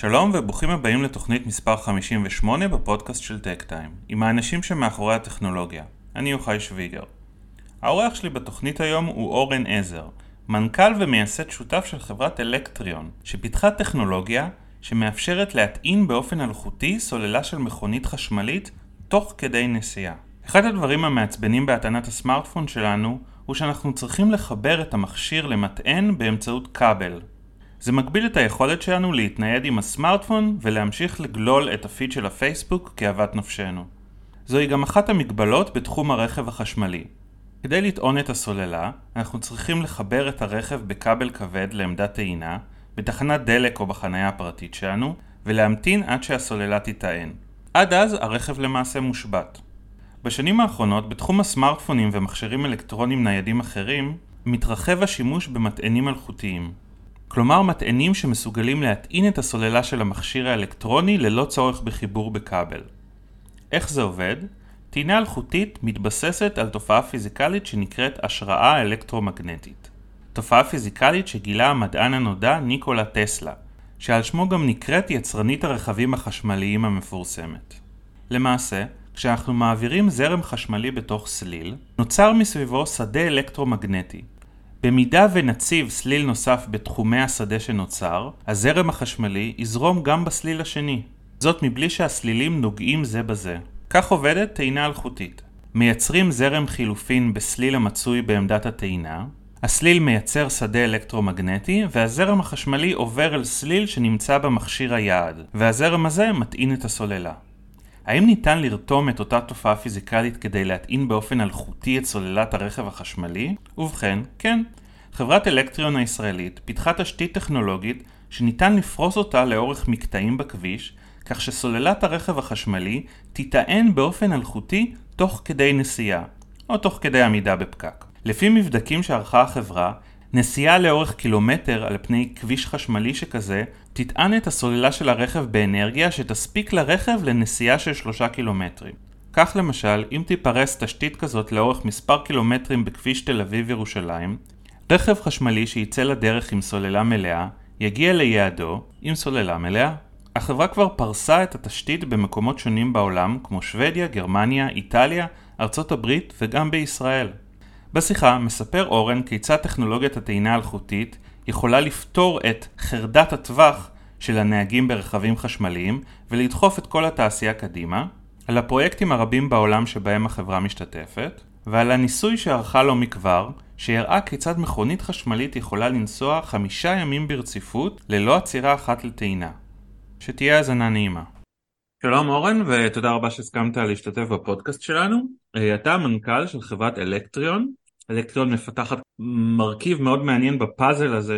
שלום וברוכים הבאים לתוכנית מספר 58 בפודקאסט של טק טיים, עם האנשים שמאחורי הטכנולוגיה. אני יוחאי שוויגר. האורח שלי בתוכנית היום הוא אורן עזר, מנכ"ל ומייסד שותף של חברת אלקטריון, שפיתחה טכנולוגיה שמאפשרת להטעין באופן אלחוטי סוללה של מכונית חשמלית תוך כדי נסיעה. אחד הדברים המעצבנים בהטענת הסמארטפון שלנו הוא שאנחנו צריכים לחבר את המכשיר למטען באמצעות כבל. זה מגביל את היכולת שלנו להתנייד עם הסמארטפון ולהמשיך לגלול את הפיד של הפייסבוק כאוות נפשנו. זוהי גם אחת המגבלות בתחום הרכב החשמלי. כדי לטעון את הסוללה, אנחנו צריכים לחבר את הרכב בכבל כבד לעמדת טעינה, בתחנת דלק או בחניה הפרטית שלנו, ולהמתין עד שהסוללה תטען. עד אז הרכב למעשה מושבת. בשנים האחרונות, בתחום הסמארטפונים ומכשירים אלקטרונים ניידים אחרים, מתרחב השימוש במטענים אלחוטיים. כלומר מטענים שמסוגלים להטעין את הסוללה של המכשיר האלקטרוני ללא צורך בחיבור בכבל. איך זה עובד? טעינה אלחוטית מתבססת על תופעה פיזיקלית שנקראת השראה אלקטרומגנטית. תופעה פיזיקלית שגילה המדען הנודע ניקולה טסלה, שעל שמו גם נקראת יצרנית הרכבים החשמליים המפורסמת. למעשה, כשאנחנו מעבירים זרם חשמלי בתוך סליל, נוצר מסביבו שדה אלקטרומגנטי. במידה ונציב סליל נוסף בתחומי השדה שנוצר, הזרם החשמלי יזרום גם בסליל השני. זאת מבלי שהסלילים נוגעים זה בזה. כך עובדת טעינה אלחוטית. מייצרים זרם חילופין בסליל המצוי בעמדת הטעינה, הסליל מייצר שדה אלקטרומגנטי, והזרם החשמלי עובר אל סליל שנמצא במכשיר היעד, והזרם הזה מטעין את הסוללה. האם ניתן לרתום את אותה תופעה פיזיקלית כדי להטעין באופן אלחוטי את סוללת הרכב החשמלי? ובכן, כן. חברת אלקטריון הישראלית פיתחה תשתית טכנולוגית שניתן לפרוס אותה לאורך מקטעים בכביש, כך שסוללת הרכב החשמלי תטען באופן אלחוטי תוך כדי נסיעה, או תוך כדי עמידה בפקק. לפי מבדקים שערכה החברה, נסיעה לאורך קילומטר על פני כביש חשמלי שכזה תטען את הסוללה של הרכב באנרגיה שתספיק לרכב לנסיעה של 3 קילומטרים. כך למשל, אם תיפרס תשתית כזאת לאורך מספר קילומטרים בכביש תל אביב-ירושלים, רכב חשמלי שיצא לדרך עם סוללה מלאה יגיע ליעדו עם סוללה מלאה. החברה כבר פרסה את התשתית במקומות שונים בעולם כמו שוודיה, גרמניה, איטליה, ארצות הברית וגם בישראל. בשיחה מספר אורן כיצד טכנולוגיית הטעינה האלחוטית יכולה לפתור את חרדת הטווח של הנהגים ברכבים חשמליים ולדחוף את כל התעשייה קדימה, על הפרויקטים הרבים בעולם שבהם החברה משתתפת, ועל הניסוי שערכה לו מכבר, שהראה כיצד מכונית חשמלית יכולה לנסוע 5 ימים ברציפות ללא עצירה אחת לטעינה. שתהיה האזנה נעימה. שלום אורן, ותודה רבה שהסכמת להשתתף בפודקאסט שלנו. אתה המנכ"ל של חברת אלקטריון. אלקטריון מפתחת מרכיב מאוד מעניין בפאזל הזה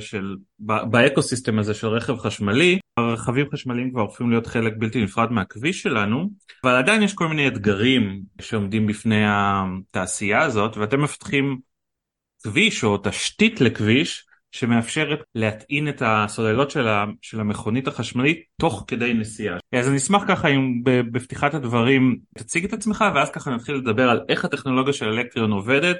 באקוסיסטם הזה של רכב חשמלי. הרכבים חשמליים כבר הופכים להיות חלק בלתי נפרד מהכביש שלנו, אבל עדיין יש כל מיני אתגרים שעומדים בפני התעשייה הזאת, ואתם מפתחים כביש או תשתית לכביש שמאפשרת להטעין את הסוללות של המכונית החשמלית תוך כדי נסיעה. אז אני אשמח ככה אם בפתיחת הדברים תציג את עצמך, ואז ככה נתחיל לדבר על איך הטכנולוגיה של אלקטריון עובדת,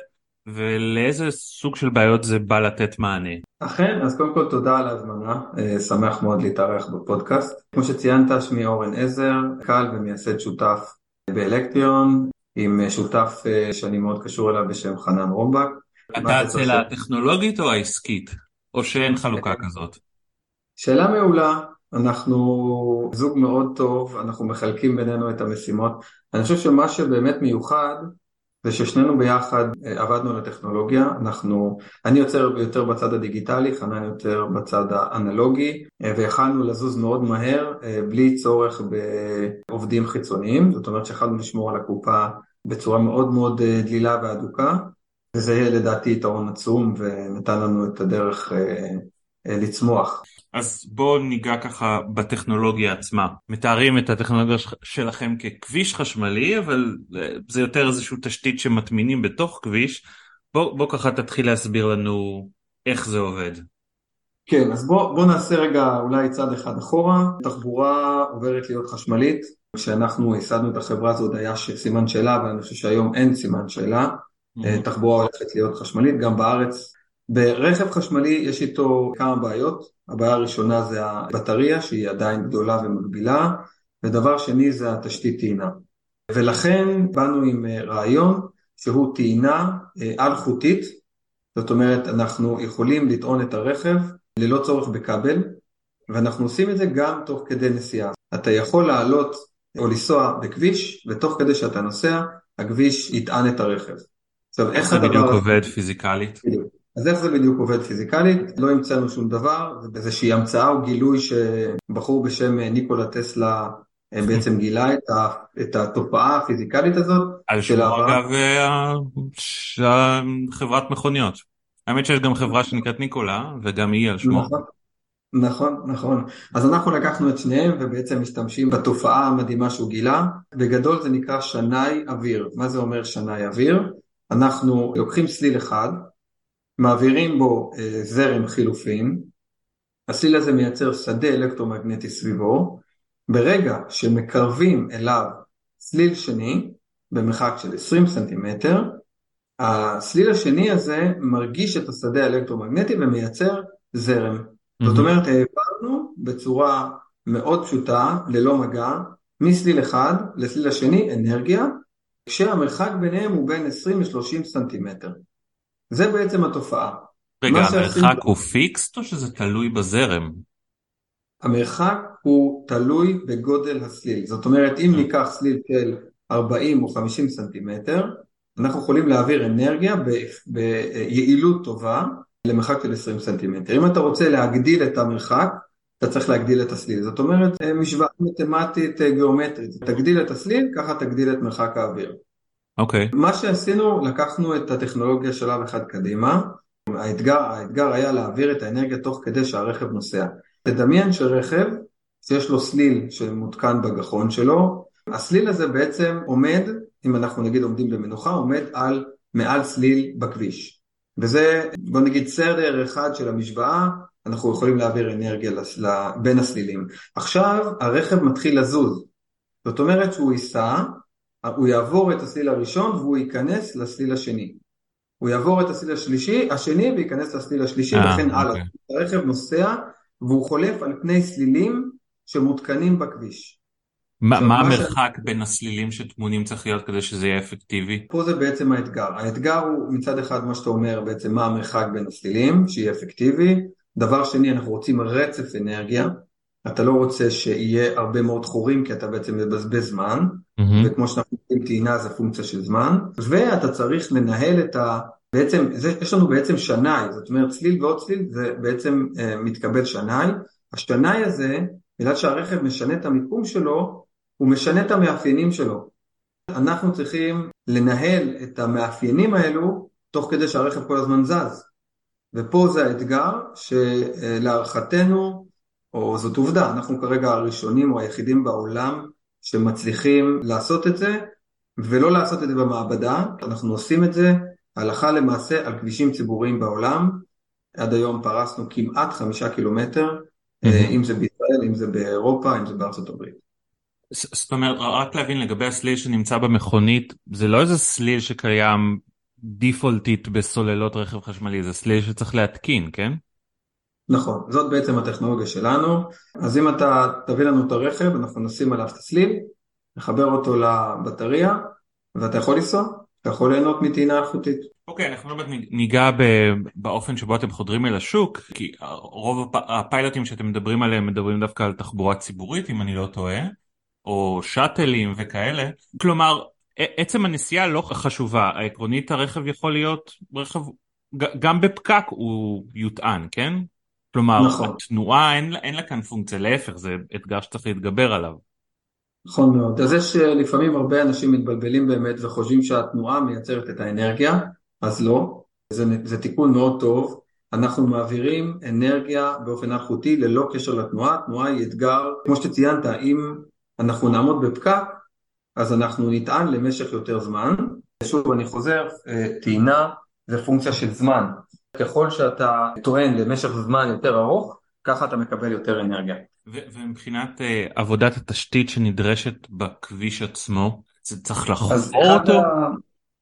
ולאיזה סוג של בעיות זה בא לתת מענה. אכן, אז קודם כל תודה על ההזמנה, שמח מאוד להתארח בפודקאסט. כמו שציינת, שמי אורן עזר, מנכ"ל ומייסד שותף באלקטריון, עם שותף שאני מאוד קשור אליו בשם חנן רומבק. אתה הצלע הטכנולוגית או העסקית? או שאין חלוקה כזאת? שאלה מעולה, אנחנו זוג מאוד טוב, אנחנו מחלקים בינינו את המשימות. אני חושב שמה שבאמת מיוחד, זה ששנינו ביחד עבדנו על הטכנולוגיה, אני יותר בצד הדיגיטלי, חנן יותר בצד האנלוגי, והחלנו לזוז מאוד מהר, בלי צורך בעובדים חיצוניים, זאת אומרת שהחלנו לשמור על הקופה בצורה מאוד מאוד דלילה והדוקה, וזה לדעתי יתרון עצום ונתן לנו את הדרך לצמוח. אז בואו ניגע ככה בטכנולוגיה עצמה. מתארים את הטכנולוגיה שלכם ככביש חשמלי, אבל זה יותר איזושהי תשתית שמטמינים בתוך כביש. בוא ככה תתחיל להסביר לנו איך זה עובד. כן, אז בוא נעשה רגע אולי צעד אחד אחורה. תחבורה עוברת להיות חשמלית. כשאנחנו ייסדנו את החברה הזאת היה סימן שאלה, ואני חושב שהיום אין סימן שאלה. תחבורה הולכת להיות חשמלית, גם בארץ ברכב חשמלי יש איתו כמה בעיות. הבעיה הראשונה זה הבטריה שהיא עדיין גדולה ומגבילה, ודבר שני זה התשתית טעינה. ולכן באנו עם רעיון שהוא טעינה אלחוטית, זאת אומרת אנחנו יכולים לטעון את הרכב ללא צורך בכבל, ואנחנו עושים את זה גם תוך כדי נסיעה. אתה יכול לעלות או לנסוע בכביש, ותוך כדי שאתה נוסע, הכביש יטען את הרכב. עכשיו, איך זה בדיוק עובד פיזיקלית? אז איך זה בדיוק עובד פיזיקלית? לא המצאנו שום דבר, זה איזושהי המצאה או גילוי שבחור בשם ניקולה טסלה בעצם גילה את התופעה הפיזיקלית הזאת. על שמו אגב חברת מכוניות. האמת שיש גם חברה שנקראת ניקולה, וגם היא על שמו. נכון. אז אנחנו לקחנו את שניהם ובעצם משתמשים בתופעה המדהימה שהוא גילה. בגדול זה נקרא שנאי אוויר. מה זה אומר שנאי אוויר? אנחנו לוקחים סליל אחד, מעבירים בו זרם חילופין, הסליל הזה מייצר שדה אלקטרומגנטי סביבו, ברגע שמקרבים אליו סליל שני, במרחק של 20 סנטימטר, הסליל השני הזה מרגיש את השדה האלקטרומגנטי ומייצר זרם. זאת אומרת, העברנו בצורה מאוד פשוטה, ללא מגע, מסליל אחד לסליל השני אנרגיה, כשהמרחק ביניהם הוא בין 20 ל-30 סנטימטר. זה בעצם התופעה. רגע, המרחק הוא פיקסט או שזה תלוי בזרם? המרחק הוא תלוי בגודל הסליל. זאת אומרת, אם ניקח סליל של 40 או 50 סנטימטר, אנחנו יכולים להעביר אנרגיה ביעילות טובה למרחק של 20 סנטימטר. אם אתה רוצה להגדיל את המרחק, אתה צריך להגדיל את הסליל. זאת אומרת, משוואה מתמטית גיאומטרית. תגדיל את הסליל, ככה תגדיל את מרחק האוויר. אוקיי. מה שעשינו, לקחנו את הטכנולוגיה שלב אחד קדימה. האתגר היה להעביר את האנרגיה תוך כדי שהרכב נוסע. תדמיין שרכב שיש לו סליל שמותקן בגחון שלו, הסליל הזה בעצם עומד, אם אנחנו נגיד עומדים במנוחה, עומד על מעל סליל בכביש. וזה, בוא נגיד, סדר אחד של המשוואה, אנחנו יכולים להעביר אנרגיה בין הסלילים. עכשיו הרכב מתחיל לזוז, זאת אומרת שהוא ייסע, הוא יעבור את הסליל הראשון והוא ייכנס לסליל השני. הוא יעבור את הסליל השני וייכנס לסליל השלישי וכן הלאה. הרכב נוסע והוא חולף על פני סלילים שמותקנים בכביש. מה המרחק בין הסלילים שתמונים צריך להיות כדי שזה יהיה אפקטיבי? פה זה בעצם האתגר. האתגר הוא מצד אחד מה שאתה אומר בעצם מה המרחק בין הסלילים שיהיה אפקטיבי. דבר שני, אנחנו רוצים רצף אנרגיה. אתה לא רוצה שיהיה הרבה מאוד חורים כי אתה בעצם מבזבז זמן. וכמו שאנחנו יודעים, טעינה זה פונקציה של זמן. ואתה צריך לנהל את בעצם, יש לנו בעצם שנאי, זאת אומרת סליל ועוד סליל, זה בעצם מתקבל שנאי. השנאי הזה, בגלל שהרכב משנה את המיקום שלו, הוא משנה את המאפיינים שלו. אנחנו צריכים לנהל את המאפיינים האלו, תוך כדי שהרכב כל הזמן זז. ופה זה האתגר שלהערכתנו, או זאת עובדה, אנחנו כרגע הראשונים או היחידים בעולם, שמצליחים לעשות את זה, ולא לעשות את זה במעבדה. אנחנו עושים את זה הלכה למעשה על כבישים ציבוריים בעולם. עד היום פרסנו כמעט 5 קילומטר, אם זה בישראל, אם זה באירופה, אם זה בארצות הברית. זאת אומרת, רק להבין לגבי הסליל שנמצא במכונית, זה לא איזה סליל שקיים דיפולטית בסוללות רכב חשמלי, זה סליל שצריך להתקין, כן? נכון, זאת בעצם הטכנולוגיה שלנו. אז אם אתה תביא לנו את הרכב, אנחנו נשים עליו את הסליל, נחבר אותו לבטריה, ואתה יכול לנסוע, אתה יכול ליהנות מטעינה אלחוטית. אוקיי, אנחנו לא ניגע באופן שבו אתם חודרים אל השוק, כי רוב הפיילוטים שאתם מדברים עליהם מדברים דווקא על תחבורה ציבורית, אם אני לא טועה, או שאטלים וכאלה. כלומר, עצם הנסיעה לא חשובה, העקרונית הרכב יכול להיות רכב, גם בפקק הוא יוטען, כן? כלומר, נכון. התנועה אין לה כאן פונקציה, להפך, זה אתגר שצריך להתגבר עליו. נכון מאוד, אז יש לפעמים הרבה אנשים מתבלבלים באמת וחושבים שהתנועה מייצרת את האנרגיה, אז לא, זה תיקון מאוד טוב. אנחנו מעבירים אנרגיה באופן אלחוטי ללא קשר לתנועה. התנועה היא אתגר, כמו שציינת, אם אנחנו נעמוד בפקק, אז אנחנו נטען למשך יותר זמן. שוב, אני חוזר, טעינה זה פונקציה של זמן. ככל שאתה טוען למשך זמן יותר ארוך, ככה אתה מקבל יותר אנרגיה. ומבחינת עבודת התשתית שנדרשת בכביש עצמו, זה צריך לחפור אותו?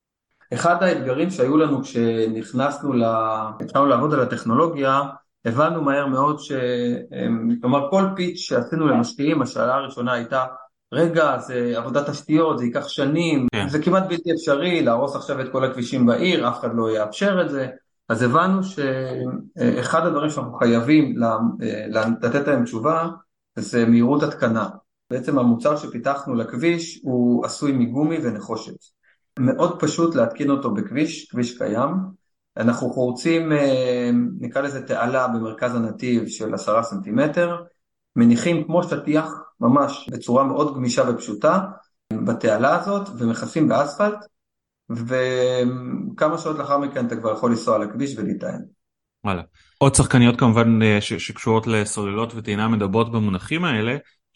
אחד האתגרים שהיו לנו כשנכנסנו התחלנו לעבוד על הטכנולוגיה, הבנו מהר מאוד כלומר כל פיץ' שעשינו למשקיעים, השאלה הראשונה הייתה, רגע, זה עבודת תשתיות, זה ייקח שנים, כן. זה כמעט בלתי אפשרי, להרוס עכשיו את כל הכבישים בעיר, אף אחד לא יאפשר את זה, אז הבנו שאחד הדברים שאנחנו חייבים לתת להם תשובה, זה מהירות התקנה. בעצם המוצר שפיתחנו לכביש הוא עשוי מגומי ונחושת. מאוד פשוט להתקין אותו בכביש, כביש קיים. אנחנו חורצים, נקרא לזה תעלה במרכז הנתיב של 10 סנטימטר, מניחים כמו שטיח, ממש בצורה מאוד גמישה ופשוטה, בתעלה הזאת, ומחפים באספלט, וכמה שעות לאחר מכן אתה כבר יכול לנסוע על הכביש ולהיטען. וואלה. עוד שחקניות כמובן שקשורות לסוללות וטעינה מדברות במונחים האלה,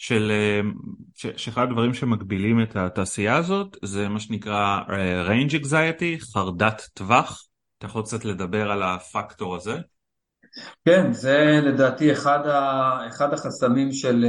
שאחד הדברים שמגבילים את התעשייה הזאת, זה מה שנקרא range anxiety, חרדת טווח. אתה יכול קצת לדבר על הפקטור הזה? כן, זה לדעתי אחד החסמים של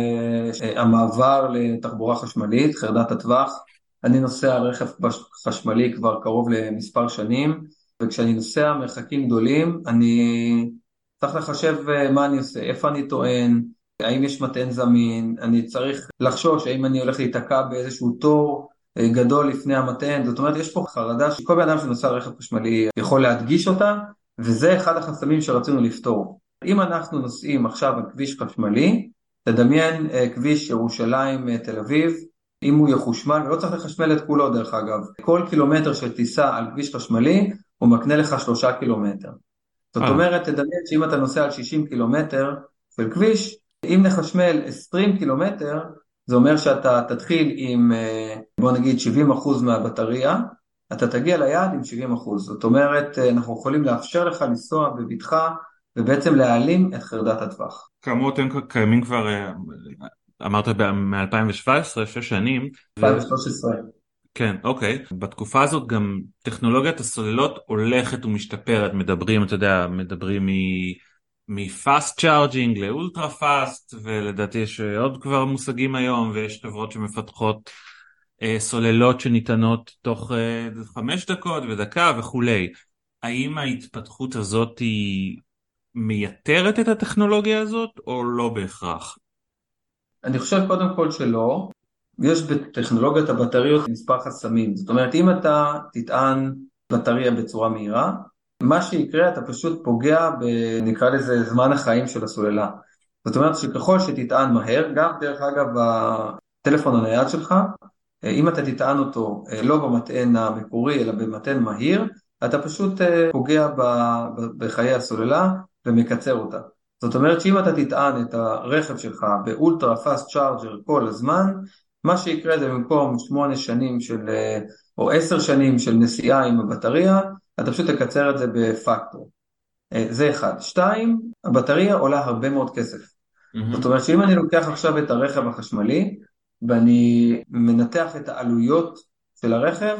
המעבר לתחבורה חשמלית, חרדת הטווח. אני נוסע רכב חשמלי כבר קרוב למספר שנים, וכשאני נוסע מרחקים גדולים, אני צריך לחשב מה אני עושה, איפה אני טוען, האם יש מטען זמין, אני צריך לחשוש האם אני הולך להיתקע באיזשהו תור גדול לפני המטען, זאת אומרת יש פה חרדה שכל בן אדם שנוסע רכב חשמלי יכול להדגיש אותה, וזה אחד החסמים שרצינו לפתור. אם אנחנו נוסעים עכשיו על כביש חשמלי, תדמיין כביש ירושלים תל אביב, אם הוא יחושמל, ולא צריך לחשמל את כולו דרך אגב, כל קילומטר של טיסה על כביש חשמלי, הוא מקנה לך 3 קילומטר. זאת אומרת, תדמיין שאם אתה נוסע על 60 קילומטר של כביש, אם נחשמל 20 קילומטר, זה אומר שאתה תתחיל עם, בוא נגיד, 70% מהבטריה, אתה תגיע ליעד עם 70%. זאת אומרת, אנחנו יכולים לאפשר לך לנסוע בבטחה, ובעצם להעלים את חרדת הטווח. כאמור, אתם קיימים כבר, אמרת מ-2017, 6 שנים. 2013. כן, אוקיי. בתקופה הזאת גם טכנולוגיית הסוללות הולכת ומשתפרת, מדברים, אתה יודע, מדברים מ-fast charging לאולטרה פאסט, ולדעתי יש עוד כבר מושגים היום, ויש חברות שמפתחות סוללות שניתנות תוך 5 דקות ודקה וכולי. האם ההתפתחות הזאת היא מייתרת את הטכנולוגיה הזאת, או לא בהכרח? אני חושב קודם כל שלא. יש בטכנולוגיית הבטריות מספר חסמים. זאת אומרת, אם אתה תטען בטריה בצורה מהירה, מה שיקרה, אתה פשוט פוגע נקרא לזה זמן החיים של הסוללה. זאת אומרת שככל שתטען מהר, גם דרך אגב בטלפון הנייד שלך, אם אתה תטען אותו לא במטען המקורי, אלא במטען מהיר, אתה פשוט פוגע בחיי הסוללה ומקצר אותה. זאת אומרת שאם אתה תטען את הרכב שלך באולטרה פאסט צ'ארג'ר כל הזמן, מה שיקרה זה במקום 8 שנים או 10 שנים של נסיעה עם הבטריה, אתה פשוט תקצר את זה בפקטור. זה אחד. 2, הבטריה עולה הרבה מאוד כסף. זאת אומרת שאם אני לוקח עכשיו את הרכב החשמלי, ואני מנתח את העלויות של הרכב,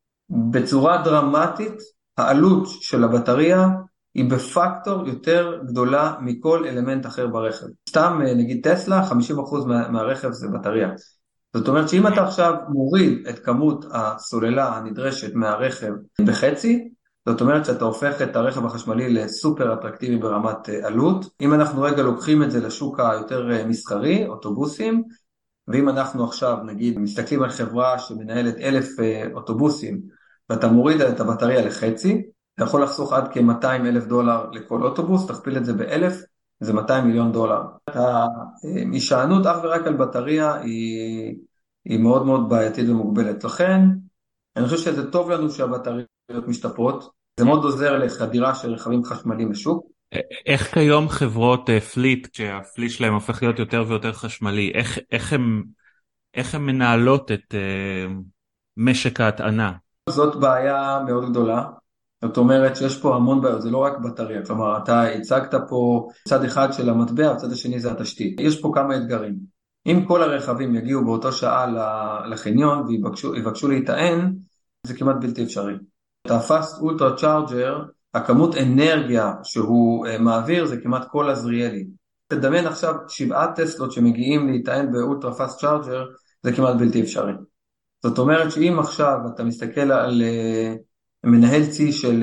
בצורה דרמטית, העלות של הבטריה היא בפקטור יותר גדולה מכל אלמנט אחר ברכב. סתם נגיד טסלה, 50% מהרכב זה בטריה. זאת אומרת שאם אתה עכשיו מוריד את כמות הסוללה הנדרשת מהרכב בחצי, זאת אומרת שאתה הופך את הרכב החשמלי לסופר אטרקטיבי ברמת עלות. אם אנחנו רגע לוקחים את זה לשוק היותר מסחרי, אוטובוסים, ואם אנחנו עכשיו נגיד מסתכלים על חברה שמנהלת 1,000 אוטובוסים, ואתה מוריד את הבטריה לחצי, אתה יכול לחסוך עד $200,000 לכל אוטובוס, תכפיל את זה ב-1,000, זה $200 מיליון. ההישענות אך ורק על בטריה היא מאוד מאוד בעייתית ומוגבלת. לכן, אני חושב שזה טוב לנו שהבטריות משתפרות, זה מאוד עוזר לחדירה של רכבים חשמליים לשוק. איך כיום חברות פליט, כשהפליט שלהם הופך להיות יותר ויותר חשמלי, איך הן מנהלות את משק ההטענה? זאת בעיה מאוד גדולה. זאת אומרת שיש פה המון בעיות, זה לא רק בטריה, כלומר אתה הצגת פה צד אחד של המטבע, הצד השני זה התשתית. יש פה כמה אתגרים. אם כל הרכבים יגיעו באותו שעה לחניון ויבקשו להיטען, זה כמעט בלתי אפשרי. את ה-Fast Ultra Charger, הכמות אנרגיה שהוא מעביר זה כמעט כל עזריאלי. תדמיין עכשיו 7 טסלות שמגיעים להיטען באולטרה פאסט צ'ארג'ר, זה כמעט בלתי אפשרי. זאת אומרת שאם עכשיו אתה מסתכל על מנהל צי של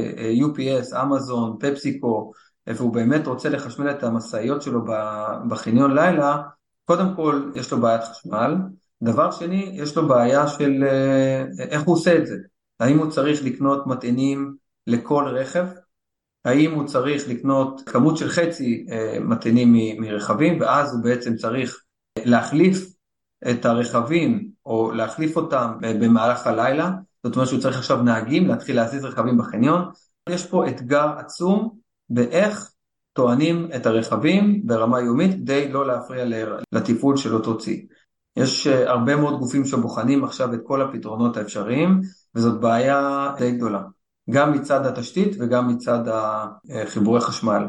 UPS, אמזון, פפסיקו, והוא באמת רוצה לחשמל את המשאיות שלו בחניון לילה, קודם כל יש לו בעיית חשמל, דבר שני, יש לו בעיה של איך הוא עושה את זה. האם הוא צריך לקנות מטענים לכל רכב? האם הוא צריך לקנות כמות של חצי מטענים מרכבים, ואז הוא בעצם צריך להחליף את הרכבים, או להחליף אותם במהלך הלילה, זאת אומרת שהוא צריך עכשיו נהגים, להתחיל להזיז רכבים בחניון. יש פה אתגר עצום באיך טוענים את הרכבים ברמה יומית, כדי לא להפריע לטיפול של אותו צי. יש הרבה מאוד גופים שבוחנים עכשיו את כל הפתרונות האפשריים, וזאת בעיה די גדולה. גם מצד התשתית וגם מצד חיבורי חשמל.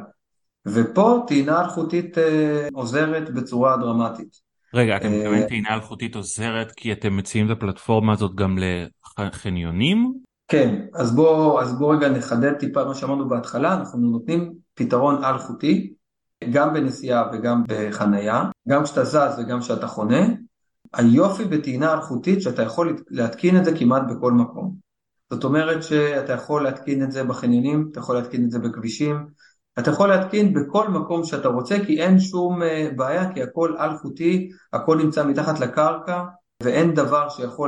ופה טעינה אלחוטית עוזרת בצורה דרמטית. רגע, אתה מתכוון טעינה אלחוטית עוזרת כי אתם מציעים את הפלטפורמה הזאת גם לחניונים? כן, אז בוא רגע נחדד טיפה מה שאמרנו בהתחלה, אנחנו נותנים פתרון אלחוטי, גם בנסיעה וגם בחנייה, גם כשאתה זז וגם כשאתה חונה. היופי בטעינה אלחוטית שאתה יכול להתקין את זה כמעט בכל מקום. זאת אומרת שאתה יכול להתקין את זה בחניונים, אתה יכול להתקין את זה בכבישים, אתה יכול להתקין בכל מקום שאתה רוצה, כי אין שום בעיה, כי הכל אלחוטי, הכל נמצא מתחת לקרקע, ואין דבר שיכול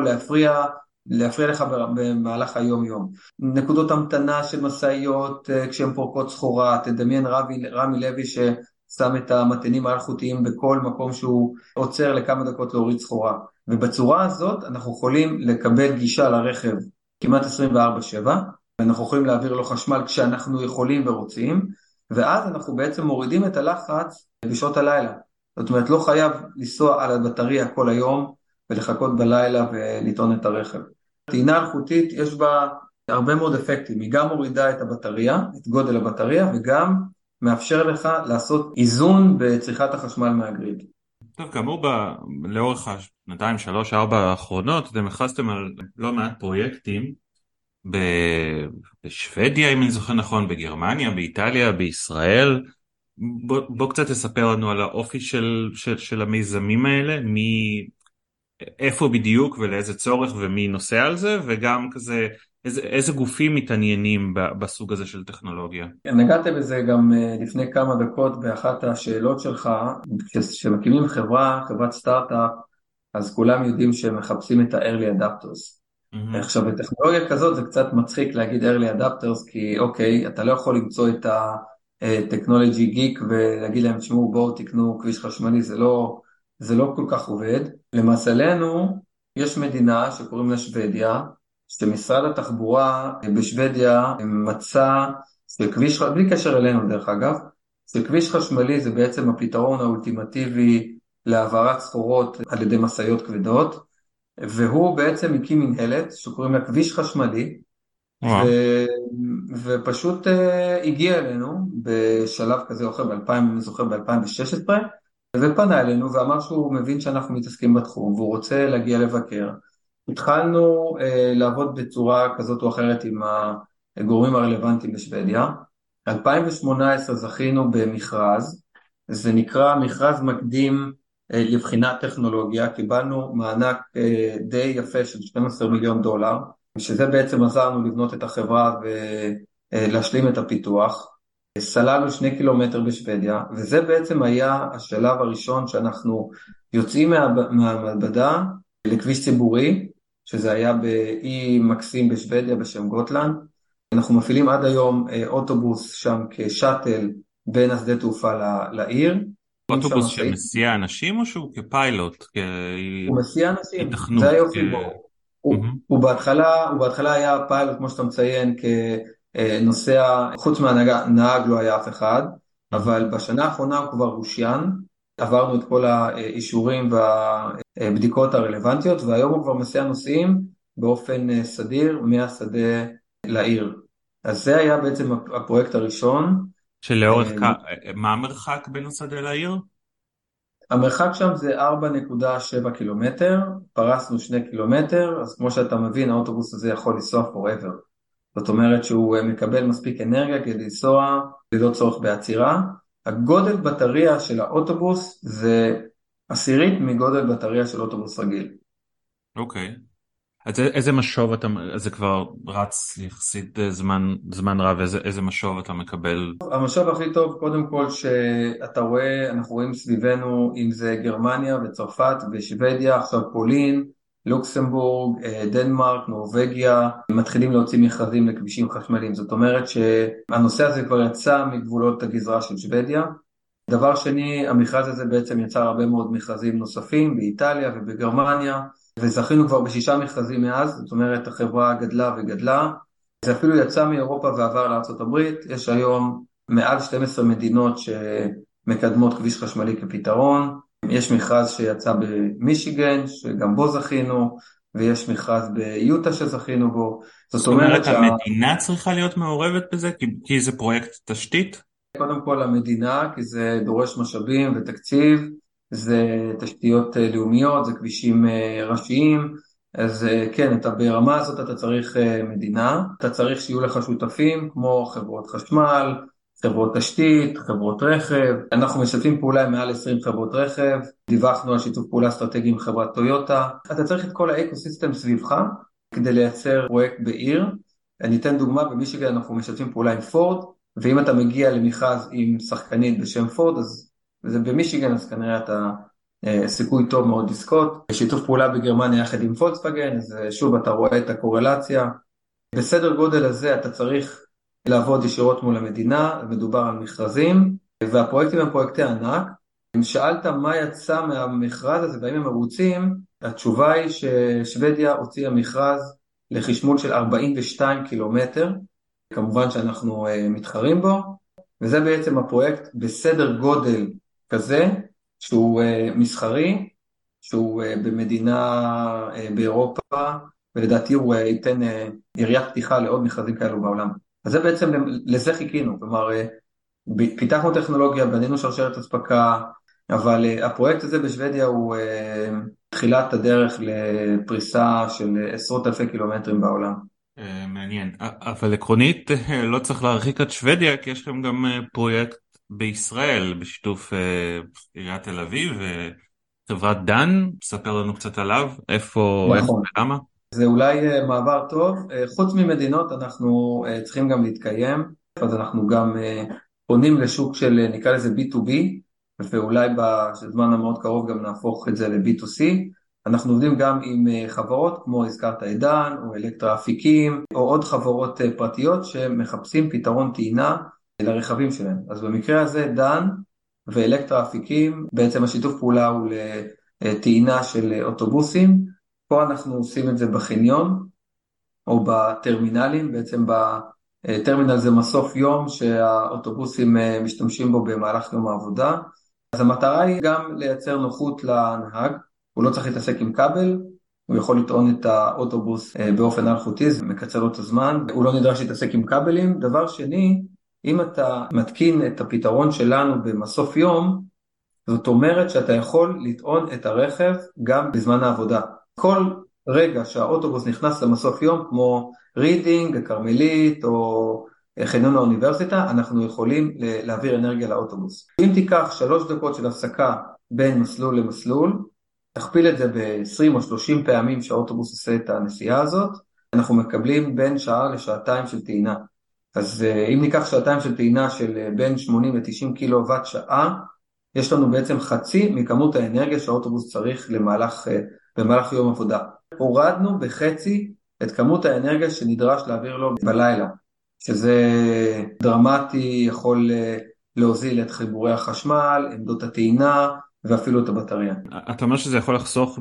להפריע לך במהלך היום-יום. נקודות המתנה של מסעיות, כשהן פורקות סחורה, תדמיין רמי לוי ששם את המטענים האלחוטיים בכל מקום שהוא עוצר לכמה דקות להוריד סחורה. ובצורה הזאת אנחנו יכולים לקבל גישה לרכב כמעט 24/7, ואנחנו יכולים להעביר לו חשמל כשאנחנו יכולים ורוצים, ואז אנחנו בעצם מורידים את הלחץ בשעות הלילה. זאת אומרת, לא חייב לנסוע על הבטריה כל היום, ולחכות בלילה ולטעון את הרכב. טעינה אלחוטית יש בה הרבה מאוד אפקטים, היא גם מורידה את הבטריה, את גודל הבטריה, וגם מאפשר לך לעשות איזון בצריכת החשמל מהגריד. טוב, כאמור, לאורך השנתיים, 3, 4 האחרונות, אתם הכרזתם על לא מעט פרויקטים, בשוודיה, אם אני זוכר נכון, בגרמניה, באיטליה, בישראל. בוא קצת תספר לנו על האופי של המיזמים האלה, איפה בדיוק ולאיזה צורך ומי נוסע על זה, וגם כזה איזה גופים מתעניינים בסוג הזה של טכנולוגיה. נגעת בזה גם לפני כמה דקות באחת השאלות שלך, כשמקימים חברת סטארט-אפ, אז כולם יודעים שהם מחפשים את ה-early adapters. עכשיו, בטכנולוגיה כזאת זה קצת מצחיק להגיד early adapters, כי אוקיי, אתה לא יכול למצוא את ה-technology geek ולהגיד להם, תשמעו, בואו תקנו כביש חשמלי, זה לא כל כך עובד. למזלנו, יש מדינה שקוראים לה שוודיה, שמשרד התחבורה בשוודיה מצא שכביש, בלי קשר אלינו דרך אגב, שכביש חשמלי זה בעצם הפתרון האולטימטיבי להעברת סחורות על ידי משאיות כבדות, והוא בעצם הקים מנהלת שקוראים לה כביש חשמלי, ופשוט הגיע אלינו בשלב כזה או אחר, אני זוכר ב-2016, ופנה אלינו ואמר שהוא מבין שאנחנו מתעסקים בתחום, והוא רוצה להגיע לבקר. התחלנו לעבוד בצורה כזאת או אחרת עם הגורמים הרלוונטיים בשוודיה. 2018 זכינו במכרז, זה נקרא מכרז מקדים לבחינת טכנולוגיה, קיבלנו מענק די יפה של $12 מיליון, שזה בעצם עזרנו לבנות את החברה ולהשלים את הפיתוח. סללנו 2 קילומטר בשוודיה, וזה בעצם היה השלב הראשון שאנחנו יוצאים מהמעבדה לכביש ציבורי, שזה היה באי מקסים בשוודיה בשם גוטלנד. אנחנו מפעילים עד היום אוטובוס שם כשאטל בין השדה תעופה לעיר. אוטובוס שמסיע אנשים או שהוא כפיילוט? הוא מסיע אנשים, זה היופי בו. הוא בהתחלה היה פיילוט, כמו שאתה מציין, כנוסע, חוץ מהנהג לא היה אף אחד, אבל בשנה האחרונה הוא כבר רושיין, עברנו את כל האישורים והבדיקות הרלוונטיות, והיום הוא כבר מסיע נוסעים באופן סדיר מהשדה לעיר. אז זה היה בעצם הפרויקט הראשון. שלאורך מה המרחק בין השדה לעיר? המרחק שם זה 4.7 קילומטר, פרסנו 2 קילומטר, אז כמו שאתה מבין, האוטובוס הזה יכול לנסוע forever. זאת אומרת שהוא מקבל מספיק אנרגיה כדי לנסוע ללא צורך בעצירה. הגודל בטריה של האוטובוס זה 10% מגודל בטריה של אוטובוס רגיל. אוקיי. אז איזה משוב זה כבר רץ יחסית זמן רב, איזה משוב אתה מקבל? המשוב הכי טוב, קודם כל שאתה רואה, אנחנו רואים סביבנו, אם זה גרמניה וצרפת ושוודיה, עכשיו פולין, לוקסמבורג, דנמרק, נורווגיה, מתחילים להוציא מכרזים לכבישים חשמליים. זאת אומרת שהנושא הזה כבר יצא מגבולות הגזרה של שוודיה. דבר שני, המכרז הזה בעצם יצר הרבה מאוד מכרזים נוספים באיטליה ובגרמניה, וזכינו כבר ב6 מכרזים מאז. זאת אומרת החברה גדלה וגדלה. זה אפילו יצא מאירופה ועבר לארצות הברית. יש היום מעל 12 מדינות שמקדמות כביש חשמלי כפתרון. יש מכרז שיצא במישיגן, שגם בו זכינו, ויש מכרז ביוטה שזכינו בו. זאת אומרת, המדינה צריכה להיות מעורבת בזה? כי זה פרויקט תשתית? קודם כל המדינה, כי זה דורש משאבים ותקציב, זה תשתיות לאומיות, זה כבישים ראשיים, אז כן, ברמה הזאת אתה צריך מדינה, אתה צריך שיהיו לך שותפים כמו חברות חשמל, חברות תשתית, חברות רכב. אנחנו משתפים פעולה עם מעל 20 חברות רכב, דיווחנו על שיתוף פעולה אסטרטגי עם חברת טויוטה. אתה צריך את כל האקוסיסטם סביבך כדי לייצר פרויקט בעיר. אני אתן דוגמה, במישיגן אנחנו משתפים פעולה עם פורד, ואם אתה מגיע למכרז עם שחקנית בשם פורד, אז זה במישיגן, אז כנראה אתה סיכוי טוב מאוד לזכות. שיתוף פעולה בגרמניה יחד עם פולקסווגן, אז שוב אתה רואה את הקורלציה. בסדר גודל הזה אתה צריך לעבוד ישירות מול המדינה, מדובר על מכרזים, והפרויקטים הם פרויקטי ענק. אם שאלת מה יצא מהמכרז הזה והאם הם מרוצים, התשובה היא ששוודיה הוציאה מכרז לחשמול של 42 קילומטר, כמובן שאנחנו מתחרים בו, וזה בעצם הפרויקט בסדר גודל כזה, שהוא מסחרי, שהוא במדינה באירופה, ולדעתי הוא ייתן יריית פתיחה לעוד מכרזים כאלו בעולם. אז זה בעצם, לזה חיכינו, כלומר, פיתחנו טכנולוגיה, בנינו שרשרת אספקה, אבל הפרויקט הזה בשוודיה הוא תחילת הדרך לפריסה של עשרות אלפי קילומטרים בעולם. מעניין, אבל עקרונית לא צריך להרחיק את שוודיה, כי יש לכם גם פרויקט בישראל, בשיתוף עיריית תל אביב, וחברת דן, ספר לנו קצת עליו, איפה ולמה? זה אולי מעבר טוב, חוץ ממדינות אנחנו צריכים גם להתקיים, אז אנחנו גם פונים לשוק של נקרא לזה B2B, ואולי בזמן המאוד קרוב גם נהפוך את זה ל-B2C, אנחנו עובדים גם עם חברות כמו הזכרת עידן או אלקטרה אפיקים או עוד חברות פרטיות שמחפשים פתרון טעינה לרכבים שלהם. אז במקרה הזה דן ואלקטרה אפיקים, בעצם השיתוף פעולה הוא לטעינה של אוטובוסים. פה אנחנו עושים את זה בחניון או בטרמינלים, בעצם בטרמינל זה מסוף יום שהאוטובוסים משתמשים בו במהלך יום העבודה. אז המטרה היא גם לייצר נוחות לנהג, הוא לא צריך להתעסק עם כבל, הוא יכול לטעון את האוטובוס באופן אלחוטי, זה מקצר לו את הזמן, הוא לא נדרש להתעסק עם כבלים. דבר שני, אם אתה מתקין את הפתרון שלנו במסוף יום, זאת אומרת שאתה יכול לטעון את הרכב גם בזמן העבודה. כל רגע שהאוטובוס נכנס למסוף יום, כמו רידינג, כרמלית או חניון האוניברסיטה, אנחנו יכולים להעביר אנרגיה לאוטובוס. אם תיקח 3 דקות של הפסקה בין מסלול למסלול, תכפיל את זה ב-20 או 30 פעמים שהאוטובוס עושה את הנסיעה הזאת, אנחנו מקבלים בין שעה לשעתיים של טעינה. אז אם ניקח שעתיים של טעינה של בין 80 ל-90 קילוואט שעה, יש לנו בעצם חצי מכמות האנרגיה שהאוטובוס צריך במהלך יום עבודה. הורדנו בחצי את כמות האנרגיה שנדרש להעביר לו בלילה, שזה דרמטי, יכול להוזיל את חיבורי החשמל, עמדות הטעינה, ואפילו את הבטריה. אתה אומר שזה יכול לחסוך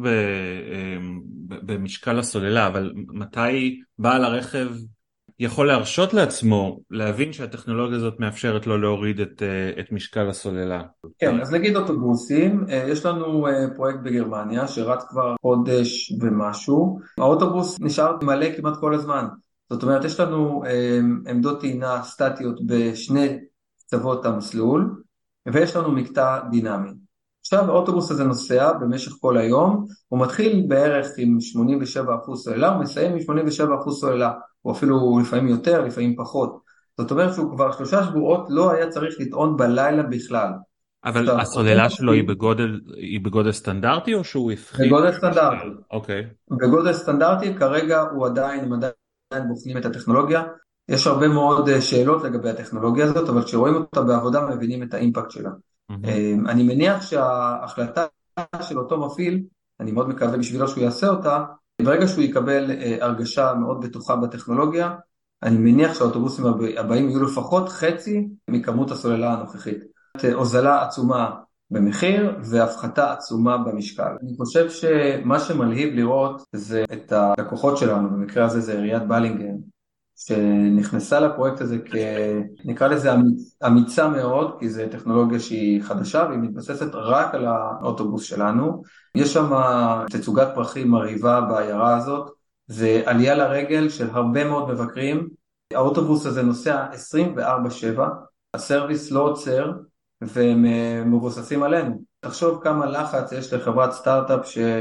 במשקל הסוללה, אבל מתי בעל הרכב יכול להרשות לעצמו להבין שהטכנולוגיה הזאת מאפשרת לו להוריד את משקל הסוללה? כן, אז נגיד אוטובוסים, יש לנו פרויקט בגרמניה שרץ כבר חודש ומשהו, האוטובוס נשאר מלא כמעט כל הזמן, זאת אומרת יש לנו עמדות טעינה סטטיות בשני קצוות המסלול, ויש לנו מקטע דינמי. עכשיו האוטובוס הזה נוסע במשך כל היום, הוא מתחיל בערך עם 87% סוללה, הוא מסיים עם 87% סוללה, או אפילו לפעמים יותר, לפעמים פחות. זאת אומרת שהוא כבר 3 שבועות לא היה צריך לטעון בלילה בכלל. אבל הסוללה שלו היא בגודל סטנדרטי או שהוא הפחית? בגודל סטנדרטי. אוקיי. בגודל סטנדרטי, כרגע הם עדיין בוחנים את הטכנולוגיה. יש הרבה מאוד שאלות לגבי הטכנולוגיה הזאת, אבל כשרואים אותה בעבודה מבינים את האימפקט שלה. אני מניח שההחלטה של אותו מפעיל, אני מאוד מקווה בשבילו שהוא יעשה אותה, ברגע שהוא יקבל הרגשה מאוד בטוחה בטכנולוגיה, אני מניח שהאוטובוסים הבאים יהיו לפחות חצי מכמות הסוללה הנוכחית. הוזלה עצומה במחיר והפחתה עצומה במשקל. אני חושב שמה שמלהיב לראות זה את הלקוחות שלנו, במקרה הזה זה עיריית בלינגן, שנכנסה לפרויקט הזה נקרא לזה אמיצה מאוד, כי זו טכנולוגיה שהיא חדשה והיא מתבססת רק על האוטובוס שלנו. יש שם תצוגת פרחים מרהיבה בעיירה הזאת, זה עלייה לרגל של הרבה מאוד מבקרים. האוטובוס הזה נוסע 24/7, הסרוויס לא עוצר, והם מבוססים עלינו. תחשוב כמה לחץ יש לחברת סטארט-אפ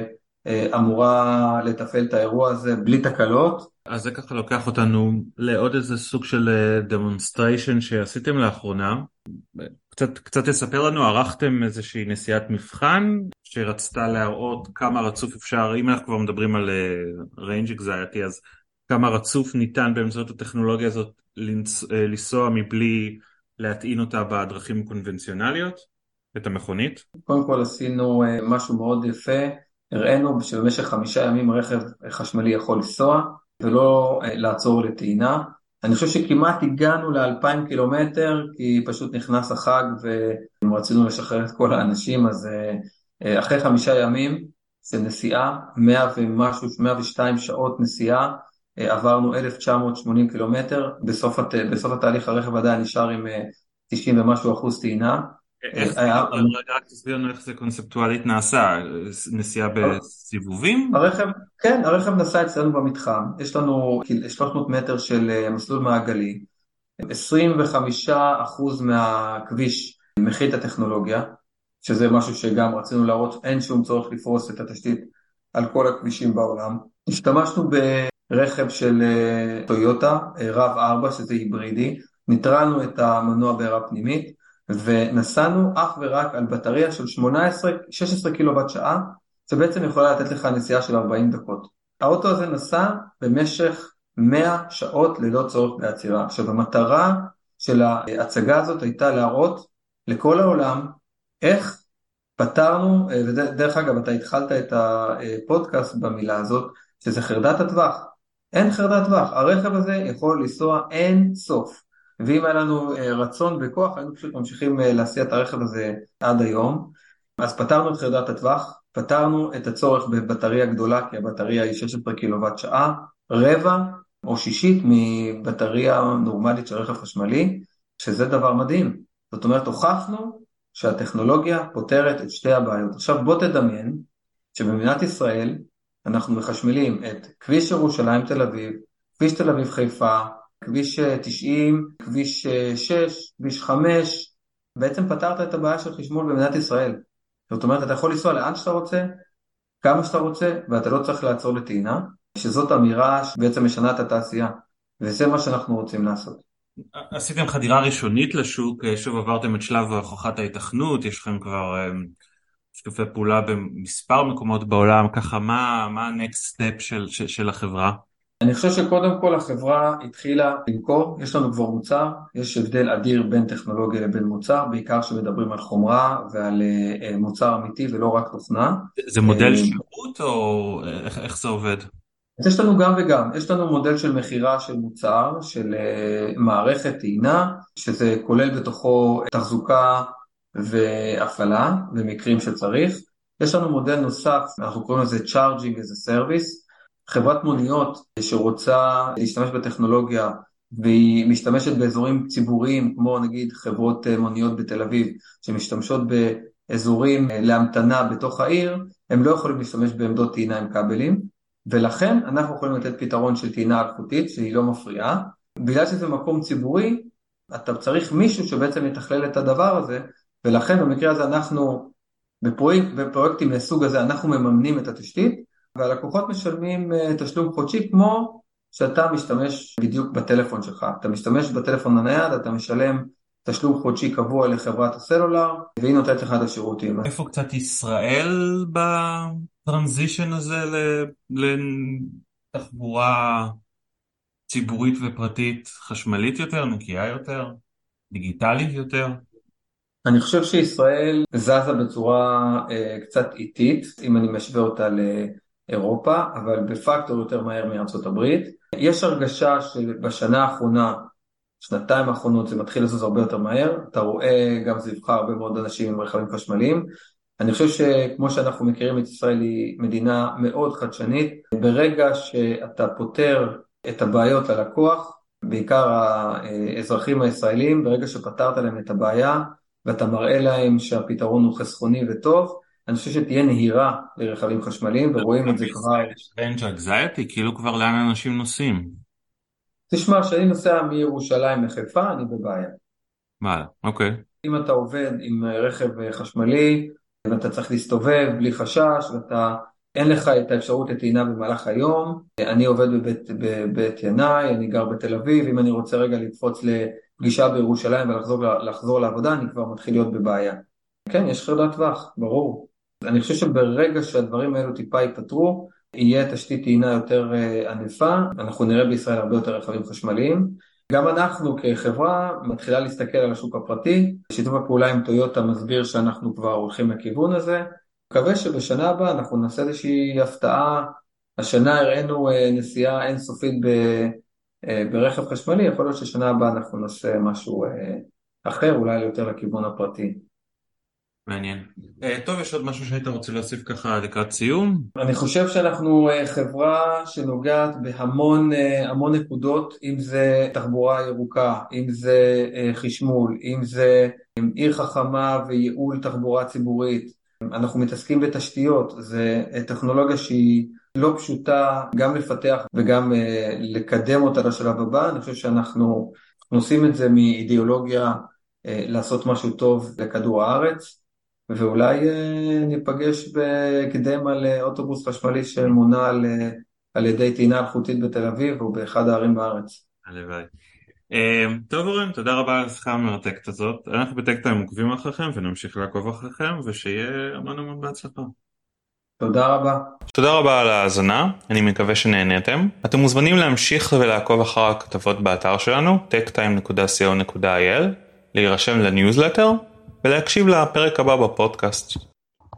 שאמורה לתפעל את האירוע הזה בלי תקלות. אז זה ככה לוקח אותנו לעוד איזה סוג של דמונסטריישן שעשיתם לאחרונה. קצת תספר לנו, ערכתם איזושהי נסיעת מבחן שרצתה להראות כמה רצוף אפשר, אם אנחנו כבר מדברים על range anxiety, אז כמה רצוף ניתן באמצעות הטכנולוגיה הזאת לנסוע מבלי להטעין אותה בדרכים הקונבנציונליות, את המכונית? קודם כל עשינו משהו מאוד יפה, הראינו שבמשך 5 ימים רכב חשמלי יכול לנסוע, ולא לעצור לטעינה. אני חושב שכמעט הגענו ל2,000 קילומטר, כי פשוט נכנס החג ורצינו לשחרר את כל האנשים, אז אחרי 5 ימים זה נסיעה, 102 שעות נסיעה, עברנו 1,980 קילומטר, בסוף התהליך הרכב עדיין נשאר עם 90 ומשהו אחוז טעינה. רק תסביר לנו איך זה קונספטואלית נעשה, נסיעה בסיבובים? כן, הרכב נסע אצלנו במתחם, יש לנו 300 מטר של מסלול מעגלי, 25% מהכביש מכיל את הטכנולוגיה, שזה משהו שגם רצינו להראות, אין שום צורך לפרוס את התשתית על כל הכבישים בעולם. השתמשנו ברכב של טויוטה, RAV4, שזה היברידי, ניטרלנו את המנוע בעירה פנימית, ונסענו אך ורק על בטריה של 16 קילוואט שעה, שבעצם יכולה לתת לך נסיעה של 40 דקות. האוטו הזה נסע במשך 100 שעות ללא צורך בעצירה. עכשיו, המטרה של ההצגה הזאת הייתה להראות לכל העולם איך פתרנו, ודרך אגב, אתה התחלת את הפודקאסט במילה הזאת, שזה חרדת הטווח. אין חרדת טווח, הרכב הזה יכול לנסוע אין סוף. ואם היה לנו רצון בכוח, היינו פשוט ממשיכים להסיע את הרכב הזה עד היום. אז פתרנו את חרדת הטווח, פתרנו את הצורך בבטריה גדולה, כי הבטריה היא 16 קילוואט שעה, רבע או שישית מבטריה נורמלית של רכב חשמלי, שזה דבר מדהים. זאת אומרת, הוכחנו שהטכנולוגיה פותרת את שתי הבעיות. עכשיו בוא תדמיין שבמדינת ישראל אנחנו מחשמלים את כביש ירושלים תל אביב, כביש תל אביב חיפה, כביש 90, כביש 6, כביש 5, בעצם פתרת את הבעיה של חשמול במדינת ישראל. זאת אומרת, אתה יכול לנסוע לאן שאתה רוצה, כמה שאתה רוצה, ואתה לא צריך לעצור לטעינה, שזאת אמירה שבעצם משנה את התעשייה, וזה מה שאנחנו רוצים לעשות. עשיתם חדירה ראשונית לשוק, שוב עברתם את שלב הוכחת ההיתכנות, יש לכם כבר שיתופי פעולה במספר מקומות בעולם, ככה מה ה-next step של החברה? אני חושב שקודם כל החברה התחילה למכור, יש לנו כבר מוצר, יש הבדל אדיר בין טכנולוגיה לבין מוצר, בעיקר שמדברים על חומרה ועל מוצר אמיתי ולא רק תוכנה. זה מודל שירות או איך זה עובד? יש לנו גם וגם, יש לנו מודל של מחירה של מוצר, של מערכת טעינה, שזה כולל בתוכו תחזוקה והפעלה במקרים שצריך. יש לנו מודל נוסף, אנחנו קוראים לזה Charging as a Service, חברת מוניות שרוצה להשתמש בטכנולוגיה והיא משתמשת באזורים ציבוריים, כמו נגיד חברות מוניות בתל אביב, שמשתמשות באזורים להמתנה בתוך העיר, הם לא יכולים להשתמש בעמדות טעינה עם כבלים, ולכן אנחנו יכולים לתת פתרון של טעינה אלחוטית שהיא לא מפריעה. בגלל שזה מקום ציבורי, אתה צריך מישהו שבעצם יתכלל את הדבר הזה, ולכן במקרה הזה אנחנו, בפרויקטים לסוג הזה, אנחנו מממנים את התשתית, והלקוחות משלמים תשלום חודשי כמו שאתה משתמש בדיוק בטלפון שלך. אתה משתמש בטלפון הנייד, אתה משלם תשלום חודשי קבוע לחברת הסלולר, והיא נותנת לך את השירותים. איפה קצת ישראל בטרנזישן הזה לתחבורה ציבורית ופרטית חשמלית יותר, נקייה יותר, דיגיטלית יותר? אני חושב שישראל זזה בצורה קצת איטית, אם אני משווה אותה לאירופה, אבל בפקטור יותר מהר מארצות הברית. יש הרגשה שבשנה האחרונה, שנתיים האחרונות, זה מתחיל לזוז הרבה יותר מהר. אתה רואה גם סביבך הרבה מאוד אנשים עם רכבים חשמליים. אני חושב שכמו שאנחנו מכירים את ישראל, היא מדינה מאוד חדשנית. ברגע שאתה פותר את הבעיות ללקוח, בעיקר האזרחים הישראלים, ברגע שפתרת להם את הבעיה, ואתה מראה להם שהפתרון הוא חסכוני וטוב, אני חושב שתהיה נהירה לרכבים חשמליים, ורואים את זה כבר. רנג' אנקזייטי, כאילו כבר לאן אנשים נוסעים. תשמע, שאני נוסע מירושלים לחיפה, אני בבעיה. מה? אוקיי. אם אתה עובד עם רכב חשמלי, ואתה צריך להסתובב בלי חשש, אין לך את האפשרות לטעינה במהלך היום, אני עובד בבית ינאי, אני גר בתל אביב, אם אני רוצה רגע לקפוץ לפגישה בירושלים ולחזור לעבודה, אני כבר מתחיל להיות בבעיה. כן, יש חרדת טווח, ברור. אני חושב שברגע שהדברים האלו טיפה ייפתרו, יהיה תשתית טעינה יותר ענפה, אנחנו נראה בישראל הרבה יותר רכבים חשמליים. גם אנחנו כחברה מתחילה להסתכל על השוק הפרטי, שיתוף הפעולה עם טויוטה מסביר שאנחנו כבר הולכים לכיוון הזה, מקווה שבשנה הבאה אנחנו נעשה איזושהי הפתעה. השנה הראינו נסיעה אינסופית ברכב חשמלי, יכול להיות ששנה הבאה אנחנו נעשה משהו אחר, אולי יותר לכיוון הפרטי. מעניין. טוב, יש עוד משהו שהיית רוצה להוסיף ככה לקראת סיום? אני חושב שאנחנו חברה שנוגעת בהמון המון נקודות, אם זה תחבורה ירוקה, אם זה חשמול, אם זה עיר חכמה וייעול תחבורה ציבורית. אנחנו מתעסקים בתשתיות, זה טכנולוגיה שהיא לא פשוטה גם לפתח וגם לקדם אותה לשלב הבא. אני חושב שאנחנו עושים את זה מאידיאולוגיה לעשות משהו טוב לכדור הארץ, ואולי ניפגש בקדם על אוטובוס חשמלי שמונע על ידי טעינה אלחוטית בתל אביב או באחד הערים בארץ. הלוואי. טוב אורן, תודה רבה על השיחה המרתקת הזאת. אנחנו בטקטיים עוקבים אחריכם ונמשיך לעקוב אחריכם, ושיהיה המון המון בהצלחה. תודה רבה. תודה רבה על ההאזנה, אני מקווה שנהנתם. אתם מוזמנים להמשיך ולעקוב אחר הכתבות באתר שלנו, techtime.co.il, להירשם לניוזלטר ולהקשיב לפרק הבא בפודקאסט.